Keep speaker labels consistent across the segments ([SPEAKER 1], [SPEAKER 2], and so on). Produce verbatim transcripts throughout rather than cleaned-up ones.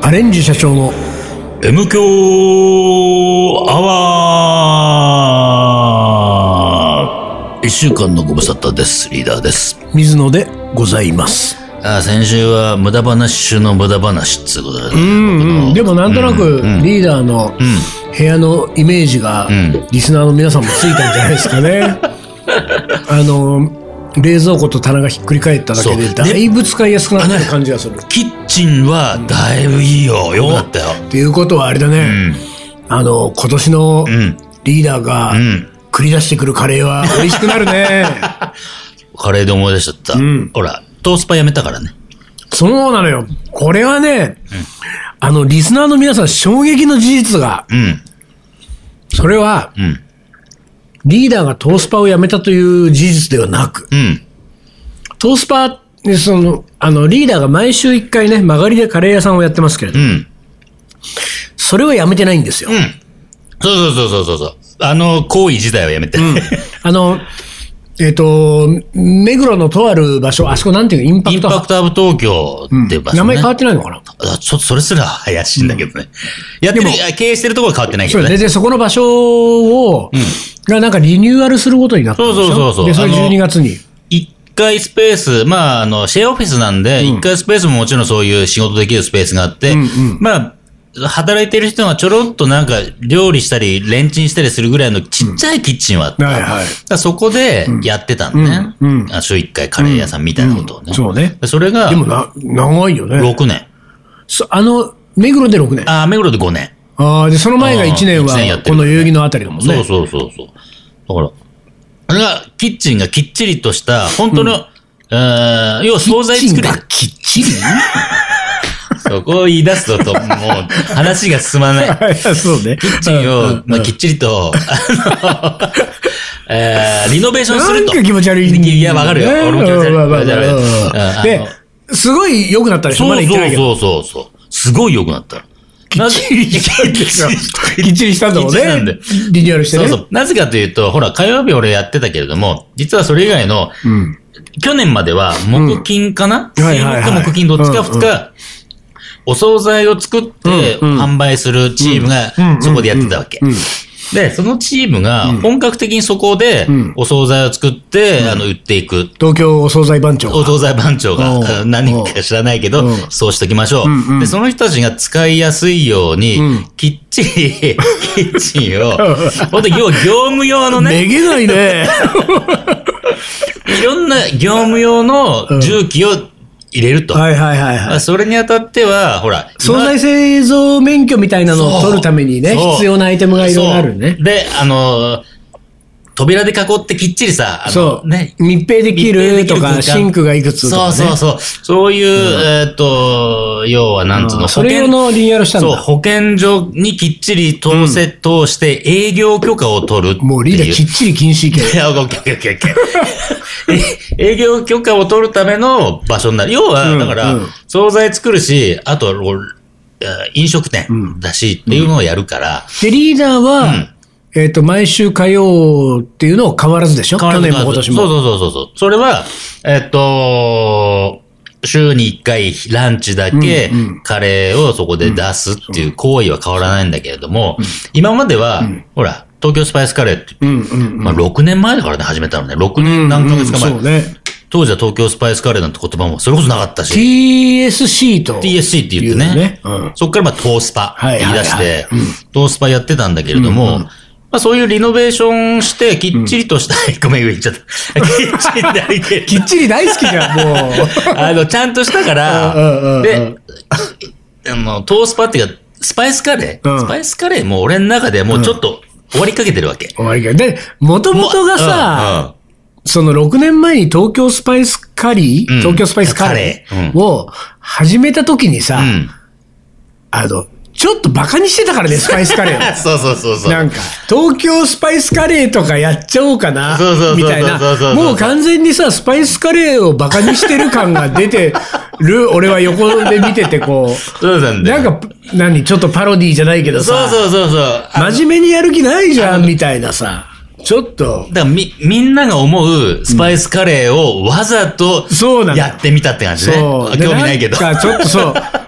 [SPEAKER 1] アレンジ社長の
[SPEAKER 2] M 強アワー。一週間のご無沙汰です。リーダーです。
[SPEAKER 1] 水野でございます。
[SPEAKER 2] あ、先週は無駄話中の無駄話っつうことだね。
[SPEAKER 1] うんうん、でもなんとなくリーダーの部屋のイメージがリスナーの皆さんもついたんじゃないですかね。あの冷蔵庫と棚がひっくり返っただけでだいぶ使いやすくなってる感じがする。
[SPEAKER 2] キッチンはだいぶいいよ。よかったよ。
[SPEAKER 1] っていうことはあれだね、うん、あの今年のリーダーが繰り出してくるカレーは美味しくなるね。
[SPEAKER 2] カレーで思い出しちゃった、うん、ほらトースパやめたからね。
[SPEAKER 1] そうなのよ。これはね、うん、あのリスナーの皆さん衝撃の事実が、うん、それは、うん、リーダーがトースパをやめたという事実ではなく、うん、トースパでそのあのリーダーが毎週一回ね曲がりでカレー屋さんをやってますけれど、うん、それはやめてないんですよ。うん、
[SPEAKER 2] そうそうそうそうそう。あの行為自体はやめて、うん、あ
[SPEAKER 1] のえっ、ー、と目黒のとある場所、あそこなんていうかインパクト
[SPEAKER 2] インパクトハブ東京っていう場所、ね、
[SPEAKER 1] うん、名前変わってないのかな。
[SPEAKER 2] あ、ちょっとそれすら怪しいんだけどね、うん、やってる経営してるところは変わってないけどね。
[SPEAKER 1] そうで、でそこの場所を、うん、がなんかリニューアルすることになったんですよ。
[SPEAKER 2] そうそうそうそう。
[SPEAKER 1] でそれじゅうにがつに
[SPEAKER 2] いっかいスペース、まああのシェアオフィスなんで、うん、いっかいスペースももちろんそういう仕事できるスペースがあって、うんうん、まあ働いてる人がちょろっとなんか料理したりレンチンしたりするぐらいのちっちゃいキッチンはあった、うん、はいはい、だそこでやってたんだね、うんうん、週いっかいカレー屋さんみたいなことをね、うんうん、
[SPEAKER 1] そうね。
[SPEAKER 2] それが
[SPEAKER 1] でもな長いよね。
[SPEAKER 2] ろくねん。
[SPEAKER 1] あの目黒でろくねん。
[SPEAKER 2] ああ、目黒でごねん。
[SPEAKER 1] ああ、でその前がいちねんはこの代々木のあたりだもんね。
[SPEAKER 2] そうそうそうそう。だからあれがキッチンがきっちりとした本当の、うん、あ要は惣菜作り。
[SPEAKER 1] キッチンがきっちり
[SPEAKER 2] そこを言い出すと、ともう話が進まない。
[SPEAKER 1] そうね。
[SPEAKER 2] キッチンを、まあ、きっちりと、あの、えー、リノベーションすると。
[SPEAKER 1] なんか気持ち悪い。
[SPEAKER 2] いや、わかるよ。俺も気持ち悪い。
[SPEAKER 1] で、すごい良くなったでしょ。まだ言ってないけど。
[SPEAKER 2] そうそうそうそう。すごい良くなった。
[SPEAKER 1] きっちりしたんですよ。きっちりしたんだもんね。リニューアルしてね。
[SPEAKER 2] そうそう。なぜかというと、ほら、火曜日俺やってたけれども、実はそれ以外の、うん、去年までは木金かな、うん、はいはいはい、木金どっちかふつか、お惣菜を作って販売するチームがそこでやってたわけ。で、そのチームが本格的にそこでお惣菜を作ってあの売っていく。
[SPEAKER 1] 東京お惣菜番長が。
[SPEAKER 2] お惣菜番長が何人か知らないけど、そうしときましょう。で、その人たちが使いやすいように、きっちりキッチンを、ほんと業務用のね。
[SPEAKER 1] めげないね。
[SPEAKER 2] いろんな業務用の重機を入れると。
[SPEAKER 1] はいはいはいはい。
[SPEAKER 2] それにあたっては、ほら。
[SPEAKER 1] 惣菜製造免許みたいなのを取るためにね、必要なアイテムがいろいろあるね。
[SPEAKER 2] で、あの、扉で囲ってきっちりさ、あの
[SPEAKER 1] そうね、密閉できるとか、シンクがいくつとか、ね。
[SPEAKER 2] そうそうそう。そういう、うん、えっと、要はなんつうの、
[SPEAKER 1] それ用のリニューアルしたんだ。
[SPEAKER 2] そう、保健所にきっちり通せ、うん、通して営業許可を取るっていう。
[SPEAKER 1] もうリーダーきっちり禁止権。
[SPEAKER 2] いや、オッケーオッケーオッケーオッケー。営業許可を取るための場所になる。要は、だから、うんうん、惣菜作るし、あと、飲食店だしっていうのをやるから。
[SPEAKER 1] うん、で、リーダーは、うんえっと、毎週火曜っていうのを変わらずでしょ？去年も今年も。
[SPEAKER 2] そうそうそうそう。それは、えっと、週にいっかいランチだけカレーをそこで出すっていう行為は変わらないんだけれども、うん、今までは、うん、ほら、東京スパイスカレーって、うんうんうん、まあろくねんまえだからね、始めたのね。ろくねん何ヶ月か前。うんうん、そうね。当時は東京スパイスカレーなんて言葉もそれこそなかったし。
[SPEAKER 1] ティーエスシー と。
[SPEAKER 2] ティーエスシー って言ってね。ねうん、そっからまあトースパ言い出して、はいはいはいうん、トースパやってたんだけれども、うんうんまあそういうリノベーションして、きっちりとした、うん、ごめん言っちゃった。きっちり大好き。
[SPEAKER 1] きっちり大好きじゃん、もう。
[SPEAKER 2] あの、ちゃんとしたから、で、あの、トースパっていうか、スパイスカレー、うん、スパイスカレーも俺の中でもうちょっと終わりかけてるわけ。
[SPEAKER 1] 終わりかけて。で、もともとがさ、うんうん、そのろくねんまえに東京スパイスカリー、うん、東京スパイスカレーを始めた時にさ、うん、あの、ちょっとバカにしてたからね、スパイスカレーを。
[SPEAKER 2] そうそうそうそう。
[SPEAKER 1] なんか、東京スパイスカレーとかやっちゃおうかな、みたいな。もう完全にさ、スパイスカレーをバカにしてる感が出てる、俺は横で見ててこう。
[SPEAKER 2] そうなんだよ。
[SPEAKER 1] なんか、何、ちょっとパロディーじゃないけどさ。
[SPEAKER 2] そうそうそうそう。
[SPEAKER 1] 真面目にやる気ないじゃん、みたいなさ。ちょっと。
[SPEAKER 2] だからみ、みんなが思うスパイスカレーをわざとやってみたって感じね。そう。興味ないけど。
[SPEAKER 1] なんかちょっとそう。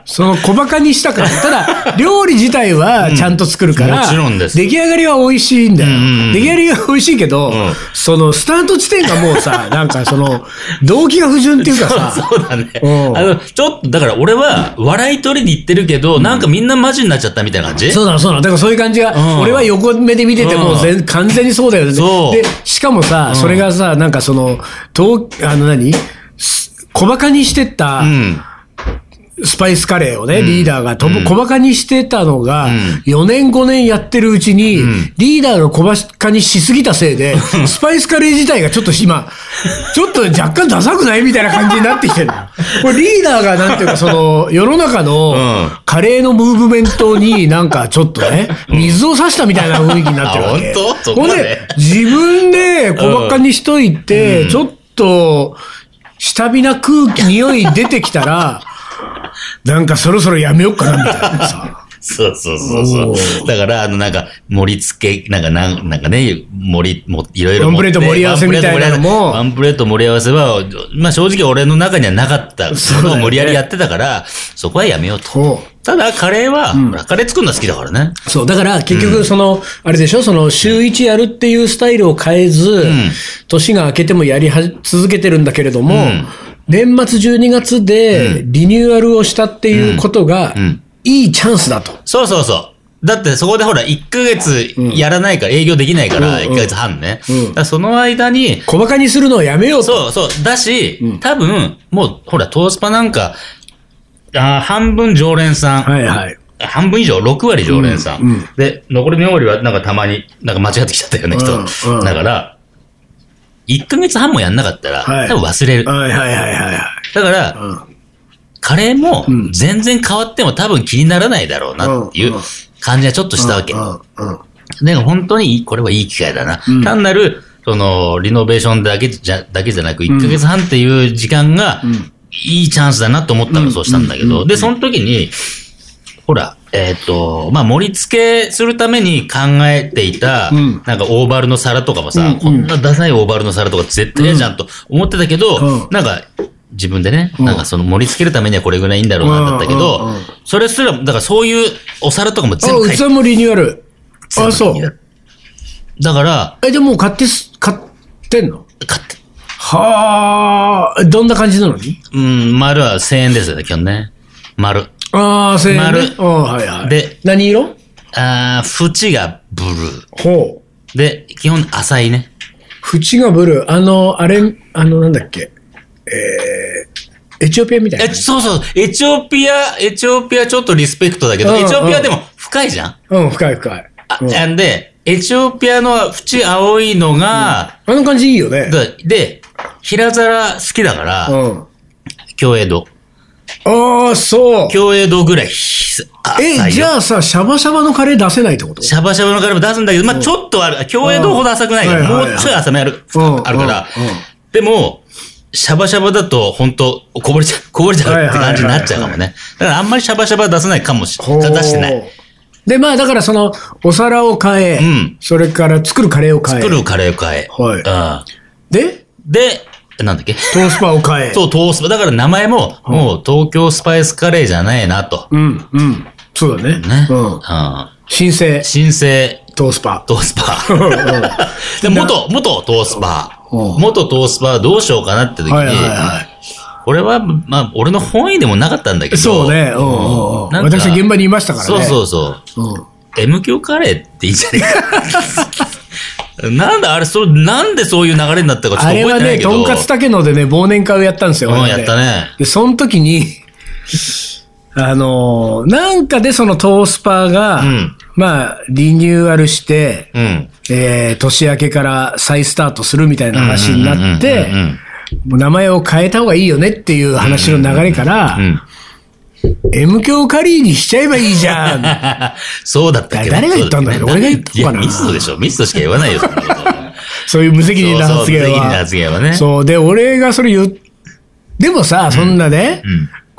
[SPEAKER 1] その小馬鹿にしたから。ただ、料理自体はちゃんと作るから、うん、
[SPEAKER 2] もちろんです。
[SPEAKER 1] 出来上がりは美味しいんだよ。うんうん、出来上がりは美味しいけど、うん、そのスタート地点がもうさ、なんかその、動機が不純っていうかさ。
[SPEAKER 2] そう、そうだね。うん、あの、ちょっと、だから俺は笑い取りに行ってるけど、うん、なんかみんなマジになっちゃったみたいな感じ？
[SPEAKER 1] そうなの、そうなの。だからそういう感じが、うん、俺は横目で見てても全、うん、完全にそうだよね。で、しかもさ、それがさ、なんかその、とあの何小馬鹿にしてった、うんスパイスカレーをね、リーダーがと、うん、小馬鹿にしてたのが、よねんごねんやってるうちに、うん、リーダーが小馬鹿にしすぎたせいで、スパイスカレー自体がちょっと今、ちょっと若干ダサくないみたいな感じになってきてる。これリーダーがなんていうか、その、世の中のカレーのムーブメントになんかちょっとね、水を差したみたいな雰囲気になってるわけ。
[SPEAKER 2] 本当？
[SPEAKER 1] ほんで、自分で小馬鹿にしといて、うん、ちょっと、下火な空気、匂い出てきたら、なんかそろそろやめようかなみたいなさ。
[SPEAKER 2] そうそうそうそう。だから、あの、なんか、盛り付け、なんか、なんなんかね、盛り、も、いろいろ。
[SPEAKER 1] ワンプレート盛り合わせみたいなのも。
[SPEAKER 2] ワンプレート盛り合わせは、まあ正直俺の中にはなかったのを無理やりやってたから、そこはやめようと。ただ、カレーは、うん、カレー作るの好きだからね。
[SPEAKER 1] そう、だから結局、その、うん、あれでしょ、その、週一やるっていうスタイルを変えず、うん、年が明けてもやりは続けてるんだけれども、うん、年末じゅうにがつでリニューアルをしたっていうことが、うんうんいいチャンスだと。
[SPEAKER 2] そうそうそう。だってそこでほら、いっかげつやらないから、営業できないから、いっかげつはんね。うんうん、だからその間に。
[SPEAKER 1] 小馬鹿にするのをやめようと。
[SPEAKER 2] そうそう。だし、うん、多分、もう、ほら、トースパなんか、あ半分常連さん。
[SPEAKER 1] はいはい。
[SPEAKER 2] 半分以上、ろくわり常連さん。うんうん、で、残りのよんわりはなんかたまに、なんか間違ってきちゃったよね、人。うんうん、だから、いっかげつはんもやんなかったら、はい、多分忘れる。
[SPEAKER 1] はいはいはいはい。
[SPEAKER 2] だから、うんカレーも全然変わっても多分気にならないだろうなっていう感じはちょっとしたわけ。でも本当にこれはいい機会だな。うん、単なる、その、リノベーションだけじゃ、だけじゃなくいっかげつはんっていう時間がいいチャンスだなと思ったからそうしたんだけど、で、その時に、ほら、えっと、まあ、盛り付けするために考えていた、なんかオーバルの皿とかもさ、こんなダサいオーバルの皿とか絶対嫌じゃんと思ってたけど、なんか、自分でね、なんかその盛り付けるためにはこれぐらいいいんだろうなだったけど、それすら、だからそういうお皿とかも全部
[SPEAKER 1] 買い。あ、器もリニューアル。あ、そう。
[SPEAKER 2] だから。
[SPEAKER 1] え、でも買ってす、買ってんの？
[SPEAKER 2] 買って。
[SPEAKER 1] はあ、どんな感じなのに？
[SPEAKER 2] うん、丸はせんえんですよね、基本ね。丸。
[SPEAKER 1] ああ、せんえん、ね。
[SPEAKER 2] 丸。
[SPEAKER 1] ああ、はいはい。
[SPEAKER 2] で、
[SPEAKER 1] 何色？
[SPEAKER 2] ああ、縁がブルー。
[SPEAKER 1] ほ
[SPEAKER 2] う。で、基本浅いね。
[SPEAKER 1] 縁がブルー。あの、あれ、あの、なんだっけ。えー、エチオピアみたいな。
[SPEAKER 2] え、そうそう。エチオピア、エチオピアちょっとリスペクトだけど、うん、エチオピアでも深いじゃん
[SPEAKER 1] うん、深い深い。
[SPEAKER 2] あ、んで、エチオピアの縁青いのが、
[SPEAKER 1] うん、あの感じいいよね。
[SPEAKER 2] で、平皿好きだから、うん。京江戸。
[SPEAKER 1] ああ、そう。
[SPEAKER 2] 京江戸ぐらい。
[SPEAKER 1] え、じゃあさ、シャバシャバのカレー出せないってこと？
[SPEAKER 2] シャバシャバのカレーも出すんだけど、まあちょっとある。京江戸ほど浅くないから、もうちょい浅めある、あるから。でも、シャバシャバだと、本当こぼれちゃう、こぼれちゃうって感じになっちゃうかもね。だからあんまりシャバシャバ出せないかもしれない。出してない。
[SPEAKER 1] で、まあだからその、お皿を変え、うん、それから作るカレーを変え。
[SPEAKER 2] 作るカレーを変え。
[SPEAKER 1] はい。うん、で
[SPEAKER 2] で、なんだっけ
[SPEAKER 1] トースパを変え。
[SPEAKER 2] そう、トースパ。だから名前も、もう東京スパイスカレーじゃないなと。
[SPEAKER 1] うん、うん。そうだね。
[SPEAKER 2] ね。うん。うん、
[SPEAKER 1] 新生。
[SPEAKER 2] 新生。
[SPEAKER 1] トースパ。
[SPEAKER 2] トースパ。で、元、元トースパ。元トースパはどうしようかなって時に、はいはいはい、これは、まあ、俺の本意でもなかったんだけど。
[SPEAKER 1] そうね。うんうんうん、私は現場にいましたからね。
[SPEAKER 2] そうそうそう。うん、エム 級カレーっていいじゃねえか。なんだ、あれ、そう、なんでそういう流れになったかちょっと覚えてないけど。
[SPEAKER 1] あれはね、とんかつ竹野でね、忘年会をやったんですよ。
[SPEAKER 2] うん、やったね。
[SPEAKER 1] で、その時に、あのー、なんかでそのトースパーが、うん、まあ、リニューアルして、うん、えー、年明けから再スタートするみたいな話になって、名前を変えた方がいいよねっていう話の流れから、M 響カリーにしちゃえばいいじゃん。
[SPEAKER 2] そうだったっけ？
[SPEAKER 1] 誰が言ったんだけど、俺が言ったのかな。
[SPEAKER 2] ミストでしょ。ミストしか言わないよ、そんなこと。
[SPEAKER 1] そういう無責任な発言は。
[SPEAKER 2] そうそう無責任な発言はね。
[SPEAKER 1] そう。で、俺がそれ言う、でもさ、そんなね、うんうん、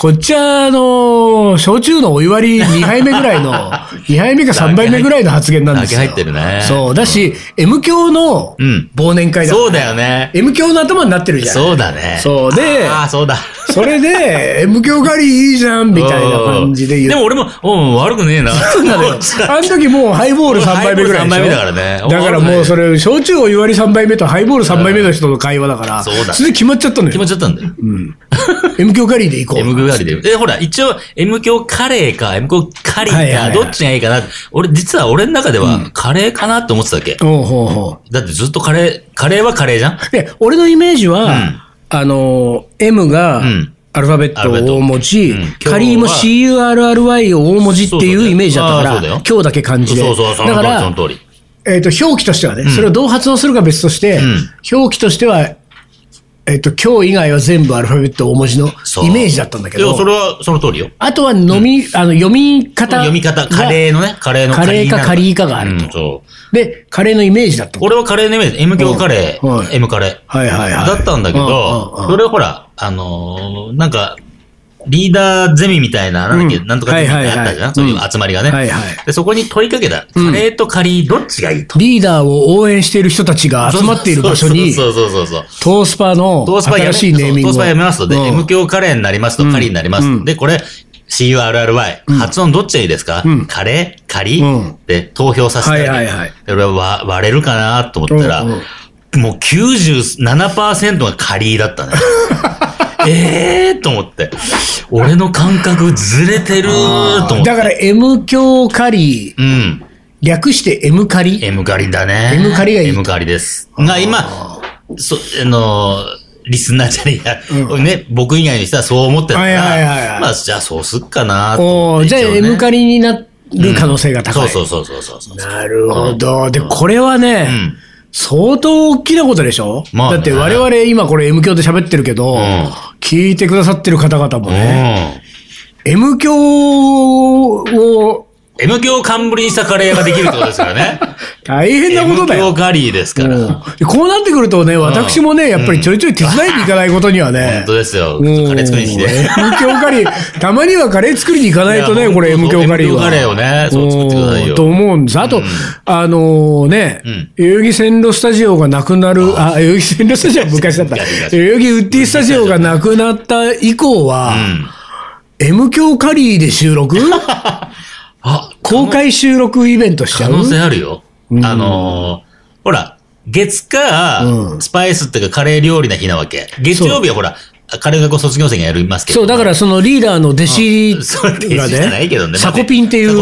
[SPEAKER 1] こっちは、あの、焼酎のお湯割りにはいめぐらいの、にはいめかさんばいめぐらいの発言なんですよ。
[SPEAKER 2] 入ってるね。
[SPEAKER 1] そう。だし、M 教の忘年会だから、
[SPEAKER 2] そうだよね。
[SPEAKER 1] M 教の頭になってるじゃん。
[SPEAKER 2] そうだね。
[SPEAKER 1] そう。で、
[SPEAKER 2] ああ、そうだ。
[SPEAKER 1] それで、M 教狩りいいじゃん、みたいな感じで言う。
[SPEAKER 2] でも俺も、うん、悪くねえな。
[SPEAKER 1] そうなのよ。あの時もうハイボールさんばいめぐらいでしょ。
[SPEAKER 2] さんばいめだからね。
[SPEAKER 1] だからもうそれ、焼酎お湯割りさんばいめとハイボールさんばいめの人の会話だから、
[SPEAKER 2] そうだ。
[SPEAKER 1] それで決まっちゃったのよ。
[SPEAKER 2] 決まっちゃったんだよ。うん。
[SPEAKER 1] M 教狩りで行こう。
[SPEAKER 2] M 教狩りで。で、ほら、一応、M 教カレーか、M 教カリーか、どっちがいいかな。俺、実は俺の中では、カレーかなって思ってたわけ。
[SPEAKER 1] ほうほうほう。
[SPEAKER 2] だってずっとカレー、カレーはカレーじゃん？
[SPEAKER 1] で、俺のイメージは、あの、M が、アルファベット大文字、カリーも シーユーアールアールワイ を大文字っていうイメージだったから、今日だけ漢字で。
[SPEAKER 2] そうそうそう。だから、
[SPEAKER 1] えっと、表記としてはね、それをどう発音するか別として、表記としては、えっと、今日以外は全部アルファベット大文字のイメージだったんだけど。
[SPEAKER 2] いや、それはその通りよ。
[SPEAKER 1] あとは飲み、あの、読み方。
[SPEAKER 2] 読み方、カレーのね、カレーの
[SPEAKER 1] カレーかカリーかがあると。で、カレーのイメージだった。
[SPEAKER 2] 俺はカレーのイメージ、M 教カレー、M カレー。
[SPEAKER 1] はいはいはい。
[SPEAKER 2] だったんだけど、それはほら、あの、なんか、リーダーゼミみたいな、なんだっけ、なんとかゼミみたいなのあったじゃん、そういう集まりがね。で、そこに問いかけた。カレーとカリー、どっちがいいと。
[SPEAKER 1] リーダーを応援している人たちが集まっている場所に、
[SPEAKER 2] そうそうそうそう。
[SPEAKER 1] トースパの新しいネーミングを。
[SPEAKER 2] トースパやめますと、で、M 教カレーになりますと、カリーになります。で、これ、シーユーアールアールワイ。発音どっちがいいですか？カレー？カリー？で、投票させて。はいはいはい。俺は割れるかなと思ったら、もうきゅうじゅうななパーセントがカリーだったね。ええーと思って。俺の感覚ずれてるーと思って。
[SPEAKER 1] だから M 教カリー。うん。略して M カリ。
[SPEAKER 2] M カリだね。
[SPEAKER 1] M カリがいい。
[SPEAKER 2] M カリです。が今、そ、あの、リスナーじゃねえや、うん、ね、僕以外にしたらそう思ってたから、はいはいはい、まあ、じゃあそうすっかなと思って、ね。
[SPEAKER 1] じゃあ M カリになる可能性が高い。
[SPEAKER 2] うん、そうそうそうそうそう。
[SPEAKER 1] なるほど。で、これはね、うん、相当大きなことでしょ、まあね、だって我々今これ M 教で喋ってるけど、うん、聞いてくださってる方々もね、うん、M 教を、
[SPEAKER 2] M 教冠にしたカレーができるってことですからね。
[SPEAKER 1] 大変なことだよ。
[SPEAKER 2] M 教カリーですから、うん。
[SPEAKER 1] こうなってくるとね、私もね、やっぱりちょいちょい手伝いに行かないことにはね。
[SPEAKER 2] 本当ですよ。カレー作りに来て。
[SPEAKER 1] M 教カリー、たまにはカレー作りに行かないとね、これ M 教カリーは。M 教
[SPEAKER 2] カレーをね、そう作ってくださいよ。
[SPEAKER 1] と思うんです。あと、うん、あのー、ね、代々木線路スタジオがなくなる、あ、代々木線路スタジオは昔だった。代々木ウッディスタジオがなくなった以降は、うん、M 教カリーで収録あ、公開収録イベントしちゃう？
[SPEAKER 2] 可能性あるよ。うん、あのー、ほら、月火、うん、スパイスっていうかカレー料理な日なわけ。月曜日はほら、カレー学校卒業生がやりますけど。
[SPEAKER 1] そう、だからそのリーダーの弟子がね、サコピンっていう、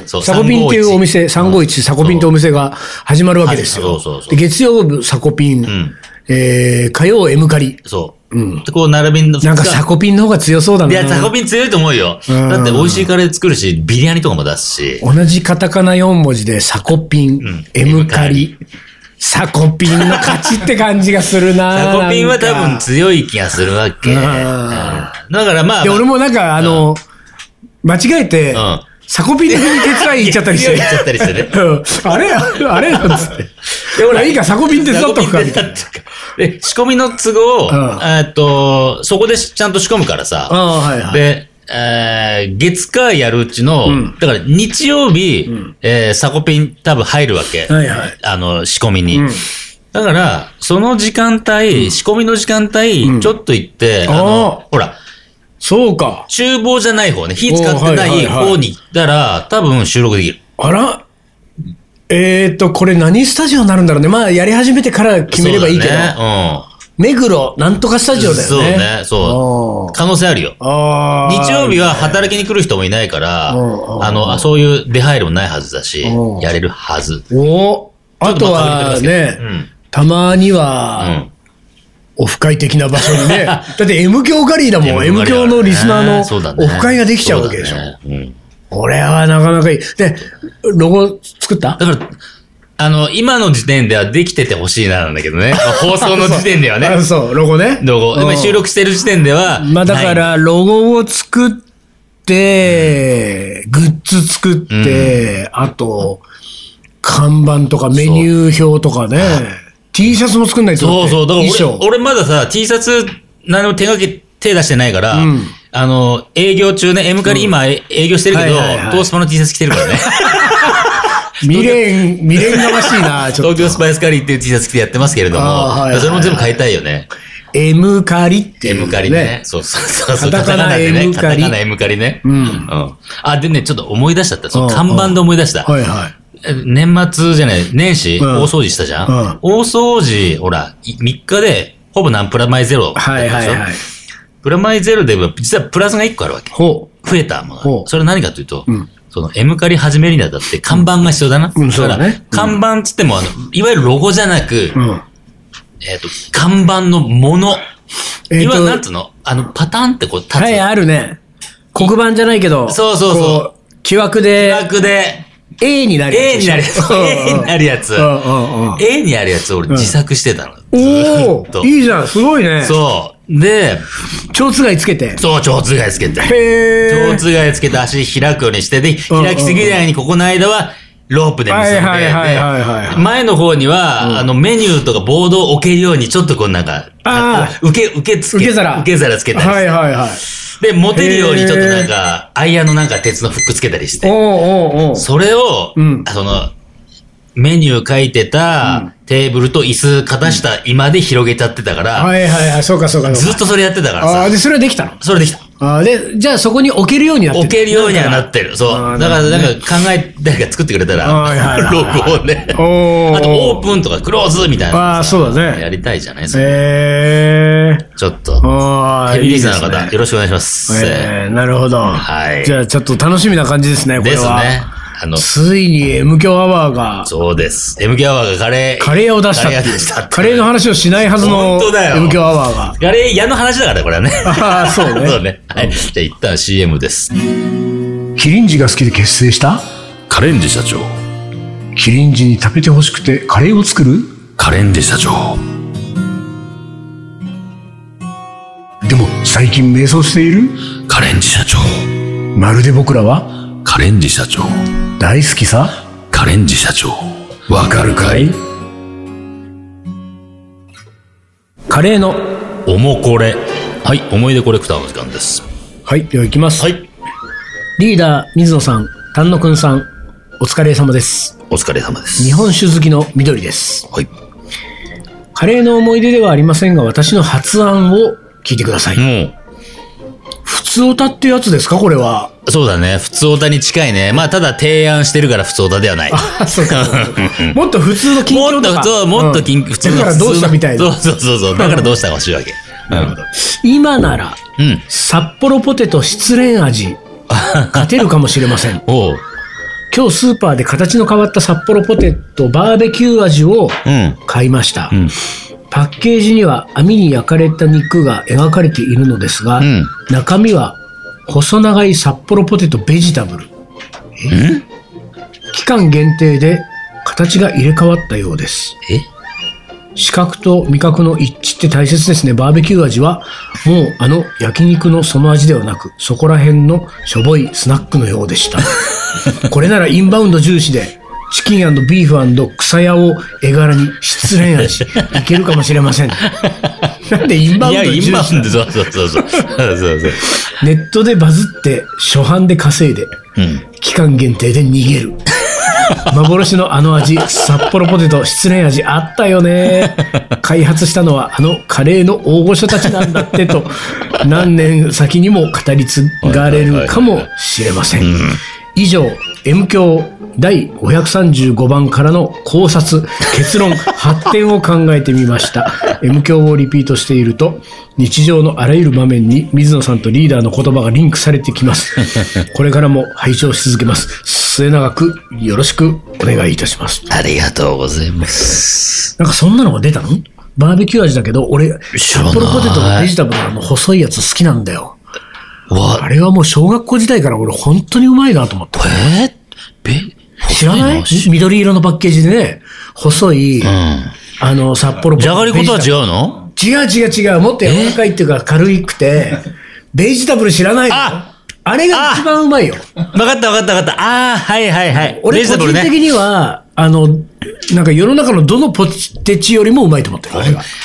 [SPEAKER 1] サコピンっていうお店、さんごいちサコピンってお店が始まるわけですよ。そうそうそう。月曜日サコピン、うん、えー、火曜 M カリ。
[SPEAKER 2] そう。うん。で、こう、並びの。
[SPEAKER 1] なんか、サコピンの方が強そうだな。
[SPEAKER 2] いや、サコピン強いと思うよ。だって、美味しいカレー作るし、ビリヤニとかも出すし。
[SPEAKER 1] 同じカタカナよん文字で、サコピン、うん、M カリ。サコピンの勝ちって感じがするな。
[SPEAKER 2] サコピンは多分強い気がするわけ。だからまあ。
[SPEAKER 1] で、俺もなんか、あの、間違えて、うんサコピンの日に手伝い行っちゃったりして。
[SPEAKER 2] 行っちゃったりしてね。
[SPEAKER 1] あれあれなんつって。で、ほら、いいか、サコピン手伝っとくか、みたいな。
[SPEAKER 2] で、仕込みの都合、えっと、そこでちゃんと仕込むからさ。はいはい、で、えー、月火やるうちの、うん、だから日曜日、うん、えー、サコピン多分入るわけ。はいはい、あの、仕込みに。うん、だから、その時間帯、うん、仕込みの時間帯、うん、ちょっと行って、あの、ほら、
[SPEAKER 1] そうか。
[SPEAKER 2] 厨房じゃない方ね。火使ってない方に行ったら、多分収録できる。
[SPEAKER 1] あらえーと、これ何スタジオになるんだろうね。まあ、やり始めてから決めればいいけど。ね、うん。目黒、なんとかスタジオだよね。
[SPEAKER 2] そうね、そう。可能性あるよ。日曜日は働きに来る人もいないから、あの、そういう出入りもないはずだし、やれるはず。
[SPEAKER 1] おあとはね、うん、たまには、うんオフ会的な場所にね。だって M 教カリーだもん。M 教のリスナーのオフ会ができちゃうわけでしょ。ねうん、これはなかなかいい。で、ロゴ作った
[SPEAKER 2] だから、あの、今の時点ではできててほしいななんだけどね。放送の時点ではね。
[SPEAKER 1] あそう、ロゴね。
[SPEAKER 2] ロゴ。今収録してる時点では。
[SPEAKER 1] まあだから、ロゴを作って、うん、グッズ作って、うん、あと、看板とかメニュー表とかね。T シャツも作んないと。
[SPEAKER 2] そうそう。だから俺、俺まださ、T シャツ、何も手がけ、手出してないから、うん、 あの、営業中ね、M カリ今営業してるけど、トースパの T シャツ着てるからね。
[SPEAKER 1] 未練、未練がましいな、
[SPEAKER 2] ちょっと。東京スパイスカリーっていう T シャツ着てやってますけれども、はいはいはい、それも全部買いたいよね。
[SPEAKER 1] M カリっていう、ね。
[SPEAKER 2] M カリね。そうそうそう。
[SPEAKER 1] カタカナ M カリ。
[SPEAKER 2] カタカナ M カリね。うん。うん。あ、でね、ちょっと思い出しちゃった。その看板で思い出した。はいはい。年末じゃない、年始、うん、大掃除したじゃん、うん、大掃除、ほら、みっかで、ほぼ何プラマイゼロ。はいはいはい。プラマイゼロで、実はプラスがいっこあるわけ。ほう。増えたもの。それは何かというと、うん、その M カリ始めるにあたって看板が必要だな。うん、そうだね。看板つっても、あの、いわゆるロゴじゃなく、うん、えっと、看板のもの。えー、いわゆるなんつうのあの、パターンってこう立つ。
[SPEAKER 1] はい、あるね。黒板じゃないけど。
[SPEAKER 2] そうそうそう。
[SPEAKER 1] 木枠で。
[SPEAKER 2] 木枠で。
[SPEAKER 1] A になる
[SPEAKER 2] やつ。A になるやつ。A になるやつ。A にあるやつを俺自作してたの。
[SPEAKER 1] おー、いいじゃん、すごいね。
[SPEAKER 2] そう。で、
[SPEAKER 1] 蝶つがいつけて。
[SPEAKER 2] そう、蝶つがいつけて。へー。蝶つがいつけて足開くようにして、で、開きすぎないにここの間は、ロープで結んで、前の方には、あの、メニューとかボードを置けるように、ちょっとこうなんか、受け、受けつけ、
[SPEAKER 1] 受け皿。
[SPEAKER 2] 受け皿つけたり。はいはいはい。で、持てるようにちょっとなんか、アイアンのなんか鉄のフックつけたりして。おうおうおうそれを、うん、その、メニュー書いてたテーブルと椅子片下今で広げちゃってたから。
[SPEAKER 1] はいはいはい、そうかそうか。
[SPEAKER 2] ずっとそれやってたからさ。
[SPEAKER 1] ああ、で、それはできたの？
[SPEAKER 2] それできた。
[SPEAKER 1] ああ、で、じゃあそこに置けるようになってる。
[SPEAKER 2] 置けるようにはなってる。そう。だからなんか考え、誰か作ってくれたら、ロゴをね。あとオープンとかクローズみたいな。
[SPEAKER 1] ああ、そうだね。
[SPEAKER 2] やりたいじゃないです
[SPEAKER 1] か。へえ。
[SPEAKER 2] ちょっと。ヘビーリスナーの方、よろしくお願いします。
[SPEAKER 1] ええ、なるほど。はい。じゃあちょっと楽しみな感じですね、これは。ですね。あの、ついに M 強アワーが。
[SPEAKER 2] そうです。M 強アワーがカレー。
[SPEAKER 1] カレーを出したっていう。カレーの話をしないはずの M 強アワーが。
[SPEAKER 2] カレー屋の話だからね、これはね。
[SPEAKER 1] ああ、そうね。
[SPEAKER 2] そうね。はい。じゃあ一旦 シーエム です。
[SPEAKER 1] キリンジが好きで結成した
[SPEAKER 2] カレンジ社長。
[SPEAKER 1] キリンジに食べてほしくてカレーを作る
[SPEAKER 2] カレンジ社長。
[SPEAKER 1] でも最近迷走している
[SPEAKER 2] カレンジ社長。
[SPEAKER 1] まるで僕らは
[SPEAKER 2] カレンジ社長。
[SPEAKER 1] 大好きさ
[SPEAKER 2] カレンジ社長。わかるかい？
[SPEAKER 1] カレーの
[SPEAKER 2] おもこれ。はい、思い出コレクターの時間です。
[SPEAKER 1] はい、では行きます。
[SPEAKER 2] はい。
[SPEAKER 1] リーダー水野さん、丹野くんさん、お疲れ様です。
[SPEAKER 2] お疲れ様です。
[SPEAKER 1] 日本酒好きの緑です。
[SPEAKER 2] はい。
[SPEAKER 1] カレーの思い出ではありませんが、私の発案を聞いてください。うん。普通オタってやつですか、これは。
[SPEAKER 2] そうだね。普通オタに近いね。まあ、ただ提案してるから普通オタではない。
[SPEAKER 1] あ、そうか。もっと普通の近況とか。
[SPEAKER 2] もっと、もっと近、うん、普通の。
[SPEAKER 1] だからどうしたみたいな。
[SPEAKER 2] そうそうそうそう。だからどうしたか欲しいわけ。
[SPEAKER 1] なるほど。今なら、うん、札幌ポテト失恋味、勝てるかもしれません。おう。今日スーパーで形の変わった札幌ポテトバーベキュー味を買いました。うんうん、パッケージには網に焼かれた肉が描かれているのですが、うん、中身は細長い札幌ポテトベジタブル。え？期間限定で形が入れ替わったようです。え？視覚と味覚の一致って大切ですね。バーベキュー味はもうあの焼肉のその味ではなく、そこら辺のしょぼいスナックのようでした。これならインバウンド重視でチキン&ビーフ&草屋を絵柄に失恋味いけるかもしれません。なんでインバウンド重視？いや、インバウンド、そうそうそうそう。そうそうネットでバズって初版で稼いで、うん、期間限定で逃げる。幻のあの味、札幌ポテト失恋味あったよね。開発したのはあのカレーの大御所たちなんだってと、何年先にも語り継がれるかもしれません。以上、M 響だいごひゃくさんじゅうごばんからの考察、結論、発展を考えてみました。M 響をリピートしていると、日常のあらゆる場面に水野さんとリーダーの言葉がリンクされてきます。これからも拝聴し続けます。末永くよろしくお願いいたします。
[SPEAKER 2] ありがとうございます。
[SPEAKER 1] なんかそんなのが出たの？バーベキュー味だけど、俺、札幌ポテトのベジタブルの細いやつ好きなんだよ。あれはもう小学校時代から俺本当にうまいなと思った。
[SPEAKER 2] えー、べ
[SPEAKER 1] 知らない？緑色のパッケージでね、細い、うん、あの、札幌ポテト。
[SPEAKER 2] じゃがりことは違うの？
[SPEAKER 1] 違う違う違う。もっと柔らかいっていうか軽くて、ベジタブル知らないの？ああれが一番うまいよ。
[SPEAKER 2] わかったわかったわかった。ああ、はいはいはい。
[SPEAKER 1] 俺個人的には、あの、なんか世の中のどのポテチよりもうまいと思ってる。あれが。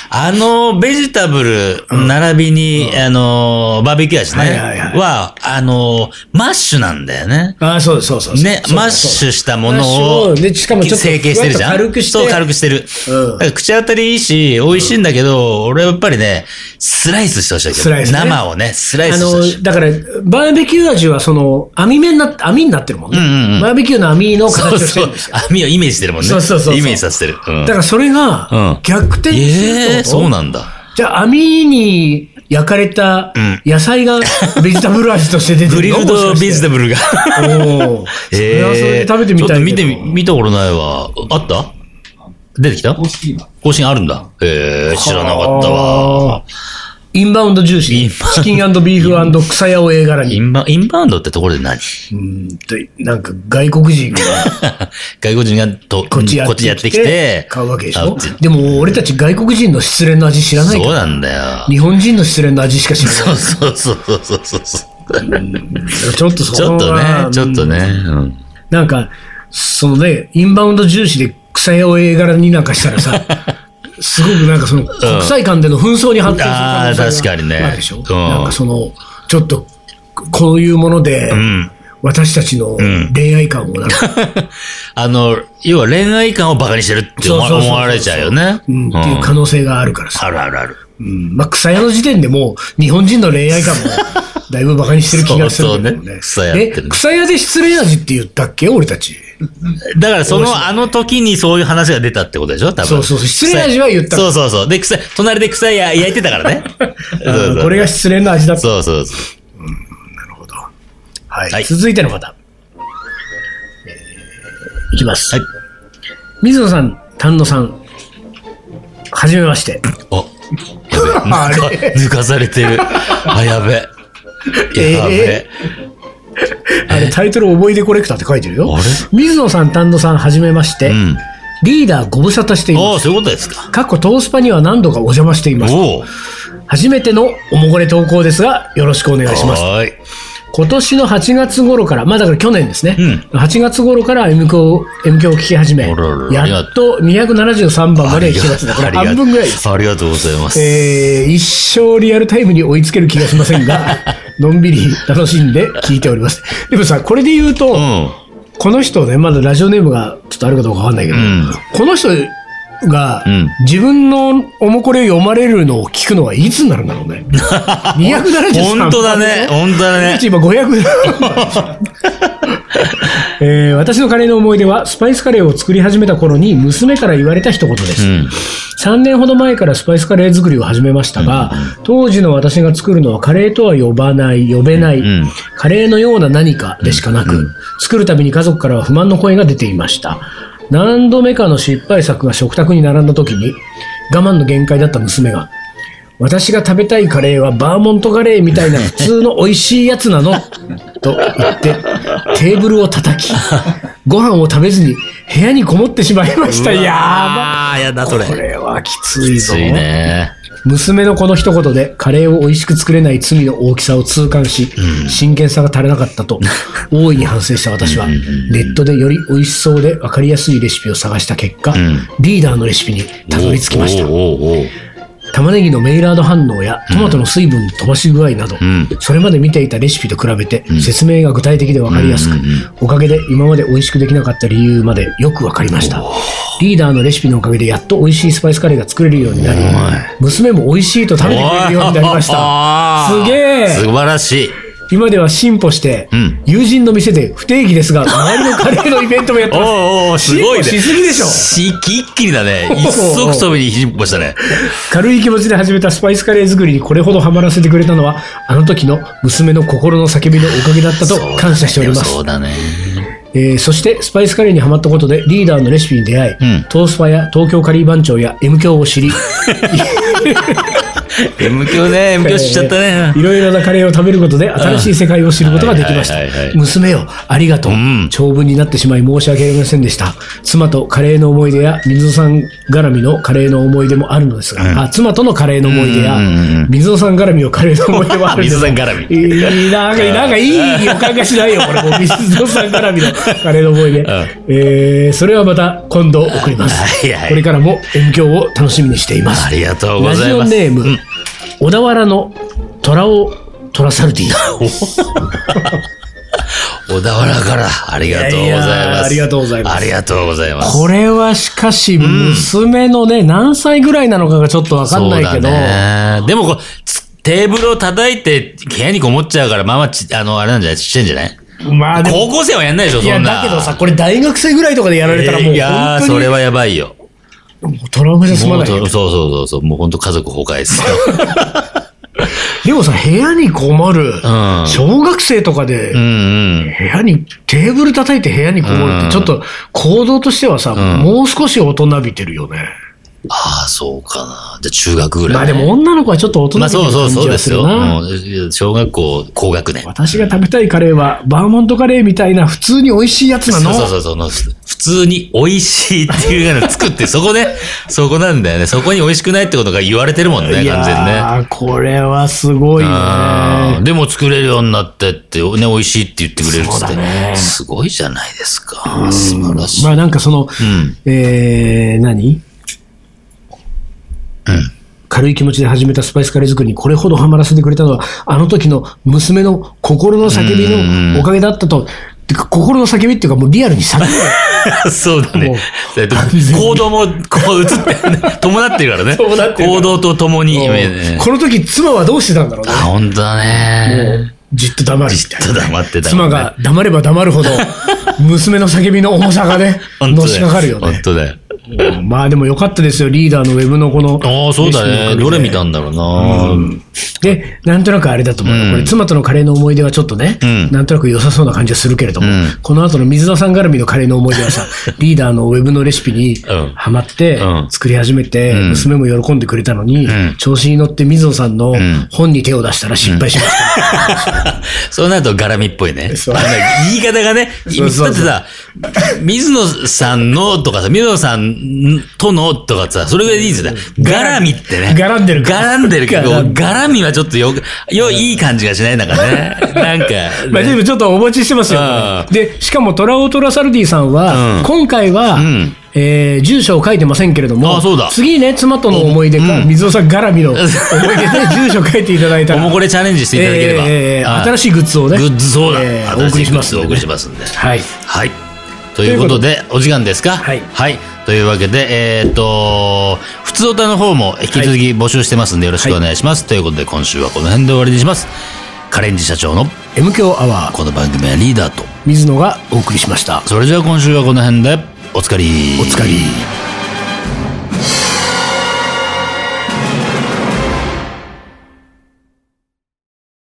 [SPEAKER 2] あの、ベジタブル、並びに、うん、あの、バーベキュー味ね、はいはいはい、は、あの、マッシュなんだよね。
[SPEAKER 1] ああ、そうです、そうそうそう。
[SPEAKER 2] ね、マッシュしたものを、
[SPEAKER 1] で、しかもちょっと
[SPEAKER 2] 成形してるじゃん。
[SPEAKER 1] 軽くして。
[SPEAKER 2] そう、軽くしてる。うん、だから口当たりいいし、美味しいんだけど、うん、俺はやっぱりね、スライスしてほしいけど、スライス、ね、生をね、スライスしてほしい。
[SPEAKER 1] あの、だから、バーベキュー味は、その、網目になって、網になってるもんね。うんうんうん、バーベキューの網の形をしてるんですよ。
[SPEAKER 2] そうそう、網をイメージしてるもんね。
[SPEAKER 1] そうそうそうそう。
[SPEAKER 2] イメージさせてる。うん、
[SPEAKER 1] だからそれが、逆転すると、うん、
[SPEAKER 2] えー、そうなんだ。
[SPEAKER 1] じゃあ、網に焼かれた野菜がベジタブル味として出てるの？
[SPEAKER 2] グリルドベジタブルが。
[SPEAKER 1] おー。それはそれで食べてみたいけど。
[SPEAKER 2] ちょっと見て、見たことないわ。あった？出てきた？更新あるんだ。へえ、知らなかったわ。
[SPEAKER 1] インバウンド重視。チキン&ビーフ&草屋を絵柄に。
[SPEAKER 2] インバ、インバウンドってところで何？
[SPEAKER 1] うんと、なんか外国人が。
[SPEAKER 2] 外国人がとこっちやってきて。
[SPEAKER 1] 買うわけでしょ？でも俺たち外国人の失恋の味知らないから。
[SPEAKER 2] そうなんだよ。
[SPEAKER 1] 日本人の失恋の味しか知らない。
[SPEAKER 2] そうそうそうそうそうそう。
[SPEAKER 1] ちょっとそ
[SPEAKER 2] ちょっとね、ちょっとね。うん、
[SPEAKER 1] なんか、そのね、インバウンド重視で草屋を絵柄になんかしたらさ、すごくなんかその国際間での紛争に発展する可能性があるでしょ。
[SPEAKER 2] ああ、確かにね。
[SPEAKER 1] あるでしょ。うん、なんかその、ちょっと、こういうもので、うん、私たちの恋愛観をなんか、うん、
[SPEAKER 2] あの、要は恋愛観をバカにしてるって思われちゃうよね。
[SPEAKER 1] うん、っていう可能性があるからさ。
[SPEAKER 2] あるあるある。
[SPEAKER 1] うん、まあ、草屋の時点でもう、日本人の恋愛観も、だいぶバカにしてる気がするけどね。そうそうね。草屋ってる。草屋で失恋味って言ったっけ俺たち。
[SPEAKER 2] だからその、あの時にそういう話が出たってことでしょ多分。
[SPEAKER 1] そうそうそう。失恋味は言った。
[SPEAKER 2] そうそうそう。で、草、隣で草屋焼いてたからね。
[SPEAKER 1] そうそうこれが失恋の味だった。
[SPEAKER 2] そうそうそう。
[SPEAKER 1] うん、なるほど。はい。はい、続いての方。えー、いきます。はい。水野さん、丹野さん。はじめまして。
[SPEAKER 2] あ、やべ。抜か、抜かされてる。あ、やべ。やべ。えー
[SPEAKER 1] あれ、タイトル思い出コレクターって書いてるよ。水野さん、丹野さん、はじめまして。うん、リーダーご無沙汰しています。
[SPEAKER 2] ああ、そういうことですか。
[SPEAKER 1] 過去トースパには何度かお邪魔しています。初めてのおもごれ投稿ですが、よろしくお願いします。はい。今年のはちがつ頃から、まあだから去年ですね。うん、はちがつ頃から M 響、M 響を聞き始め、やっとにひゃくななじゅうさんばんまで聞きました。これ半分ぐらいです。
[SPEAKER 2] ありがとうございます。
[SPEAKER 1] えー、一生リアルタイムに追いつける気がしませんが、のんびり楽しんで聞いております。でもさ、これで言うと、うん、この人ね、まだラジオネームがちょっとあるかどうかわかんないけど、うん、この人が、うん、自分のおもこれを読まれるのを聞くのはいつになるんだろうね。にひゃくななじゅうさんばん。
[SPEAKER 2] 本当だね。本当だね。
[SPEAKER 1] 今ごひゃくえー、私のカレーの思い出は、スパイスカレーを作り始めた頃に娘から言われた一言です。うん、さんねんほど前からスパイスカレー作りを始めましたが、うんうん、当時の私が作るのはカレーとは呼ばない、呼べない、うんうん、カレーのような何かでしかなく、うんうん、作るたびに家族からは不満の声が出ていました。何度目かの失敗作が食卓に並んだ時に、我慢の限界だった娘が、私が食べたいカレーはバーモントカレーみたいな普通の美味しいやつなのと言ってテーブルを叩きご飯を食べずに部屋にこもってしまいました。やば
[SPEAKER 2] ーやだそれ。
[SPEAKER 1] これはきついぞ。
[SPEAKER 2] きついね。
[SPEAKER 1] 娘のこの一言でカレーを美味しく作れない罪の大きさを痛感し、うん、真剣さが足りなかったと大いに反省した私はネットでより美味しそうで分かりやすいレシピを探した結果、うん、リーダーのレシピにたどり着きました。おーおーおー玉ねぎのメイラード反応やトマトの水分の飛ばし具合など、うん、それまで見ていたレシピと比べて説明が具体的で分かりやすく、うん、おかげで今まで美味しくできなかった理由までよく分かりました。リーダーのレシピのおかげでやっと美味しいスパイスカレーが作れるようになり、娘も美味しいと食べてくれるようになりました。すげえ。
[SPEAKER 2] 素晴らしい。
[SPEAKER 1] 今では進歩して、うん、友人の店で不定期ですが、周りのカレーのイベントもやってます。お
[SPEAKER 2] ーおーすごいね。
[SPEAKER 1] 進歩しすぎでしょ。
[SPEAKER 2] し、一気にだね。一足飛びに進歩したね。
[SPEAKER 1] 軽い気持ちで始めたスパイスカレー作りにこれほどハマらせてくれたのは、あの時の娘の心の叫びのおかげだったと感謝しております。
[SPEAKER 2] そうだね。
[SPEAKER 1] えー、そしてスパイスカレーにハマったことでリーダーのレシピに出会い、うん、トースパや東京カリー番長や M 響を知り
[SPEAKER 2] M 響ね、M 響しちゃったね。
[SPEAKER 1] いろいろなカレーを食べることで新しい世界を知ることができました。娘よ、ありがとう。長文になってしまい申し訳ありませんでした。妻とカレーの思い出や水野さん絡みのカレーの思い出もあるのですが、うん、あ、妻とのカレーの思い出や水野さん絡みのカレーの思い出もあるんですが、
[SPEAKER 2] 水野さん絡み。
[SPEAKER 1] いいなんか、なんかいい予感がしないよ、これ。もう水野さん絡みのカレーの思い出。うん、えー、それはまた今度送ります。はいはい、これからも M 響を楽しみにしています。
[SPEAKER 2] ありがとうございます。
[SPEAKER 1] ラジオネーム、うん、小田原のトラオトラサルディ。
[SPEAKER 2] 小田原からありがとうございます。いやいや
[SPEAKER 1] ありがとうございます。
[SPEAKER 2] ありがとうございます。
[SPEAKER 1] これはしかし、娘のね、うん、何歳ぐらいなのかがちょっとわかんないけど。そうだ
[SPEAKER 2] ね、でもこう、テーブルを叩いて部屋にこもっちゃうから、まあまあち、あの、あれなんじゃない、ちっちゃいんじゃない？まあでも高校生はやんないでしょ、そんな。いや、
[SPEAKER 1] だけどさ、これ大学生ぐらいとかでやられたらもう本当に。いや
[SPEAKER 2] ー、それはやばいよ。
[SPEAKER 1] もうトラウマじゃ済まない。
[SPEAKER 2] そうそうそうそう、もう本当家族崩壊ですよ。
[SPEAKER 1] でもさ、部屋にこもる、うん、小学生とかで、うんうん、部屋に、テーブル叩いて部屋にこもるって、ちょっと行動としてはさ、うん、もう少し大人びてるよね。
[SPEAKER 2] ああ、そうかな。じゃあ中学ぐらい。
[SPEAKER 1] まあでも女の子はちょっと大人びてる感じがするな。まあそうそうそうですよ。
[SPEAKER 2] もう小学校高学年。
[SPEAKER 1] 私が食べたいカレーは、バーモントカレーみたいな普通に美味しいやつなの。
[SPEAKER 2] そうそうそう。普通に美味しいっていうのを作って、そこで、そこなんだよね。そこに美味しくないってことが言われてるもんね、完全にね。
[SPEAKER 1] ああ、これはすごいね。
[SPEAKER 2] でも作れるようになってって、ね、美味しいって言ってくれるって。ね、すごいじゃないですか。素晴らしい。
[SPEAKER 1] まあなんかその、うん、えー、何うん、軽い気持ちで始めたスパイスカレー作りにこれほどハマらせてくれたのは、あの時の娘の心の叫びのおかげだったと。てか心の叫びっていうかもうリアルに叫
[SPEAKER 2] ぶ。そうだね。行動もこう映ってね、伴ってるからね。伴ってる。行動とともに。
[SPEAKER 1] この時妻はどうしてたんだろうね。
[SPEAKER 2] あ、本当だね。
[SPEAKER 1] じっと黙る。
[SPEAKER 2] じっと黙ってた。
[SPEAKER 1] 妻が黙れば黙るほど、娘の叫びの重さがね、のしかかるよね。
[SPEAKER 2] 本当だよ。
[SPEAKER 1] まあでもよかったですよ、リーダーのウェブのこの。
[SPEAKER 2] ああ、そうだね。どれ見たんだろうな、うん、
[SPEAKER 1] で、なんとなくあれだと思う、うん、これ妻とのカレーの思い出はちょっとね、うん、なんとなく良さそうな感じがするけれども、うん、この後の水野さん絡みのカレーの思い出はさ、リーダーのウェブのレシピにハマって作り始めて、うん、娘も喜んでくれたのに、うん、調子に乗って水野さんの本に手を出したら失敗しました。
[SPEAKER 2] うん、そうなると絡みっぽいね。言い方がね、そうそうそうだってさ、水野さんのとかさ、水野さんとのとかさ、それぐらいでいいですよね。絡みってね。
[SPEAKER 1] 絡んでる
[SPEAKER 2] か。絡んでるけど、絡みはちょっとよ、よ、いい感じがしないなんかね。なんか、ね。
[SPEAKER 1] まあでもちょっとお持ちしてますよ。で、しかもトラオトラサルディさんは、うん、今回は、うんえー、住所を書いてませんけれども、
[SPEAKER 2] ああそうだ
[SPEAKER 1] 次ね、妻との思い出か、うん、水尾さん絡みの思い出で住所書いていただいたら、
[SPEAKER 2] もうこれチャレンジしていただければ、
[SPEAKER 1] えー、新しいグッズをね、
[SPEAKER 2] グッズそうだ、
[SPEAKER 1] えー、お送りします、
[SPEAKER 2] お送りしますんで。
[SPEAKER 1] はい。
[SPEAKER 2] はい。ということで、お時間ですか？
[SPEAKER 1] はい。
[SPEAKER 2] はい。というわけで、えー、っと、普通歌の方も引き続き募集してますんで、よろしくお願いします。はい、ということで、今週はこの辺で終わりにします。カレンジ社長の
[SPEAKER 1] M 強アワー。
[SPEAKER 2] この番組はリーダーと
[SPEAKER 1] 水野がお送りしました。
[SPEAKER 2] それじゃあ今週はこの辺で、おつかり。
[SPEAKER 1] おつかり。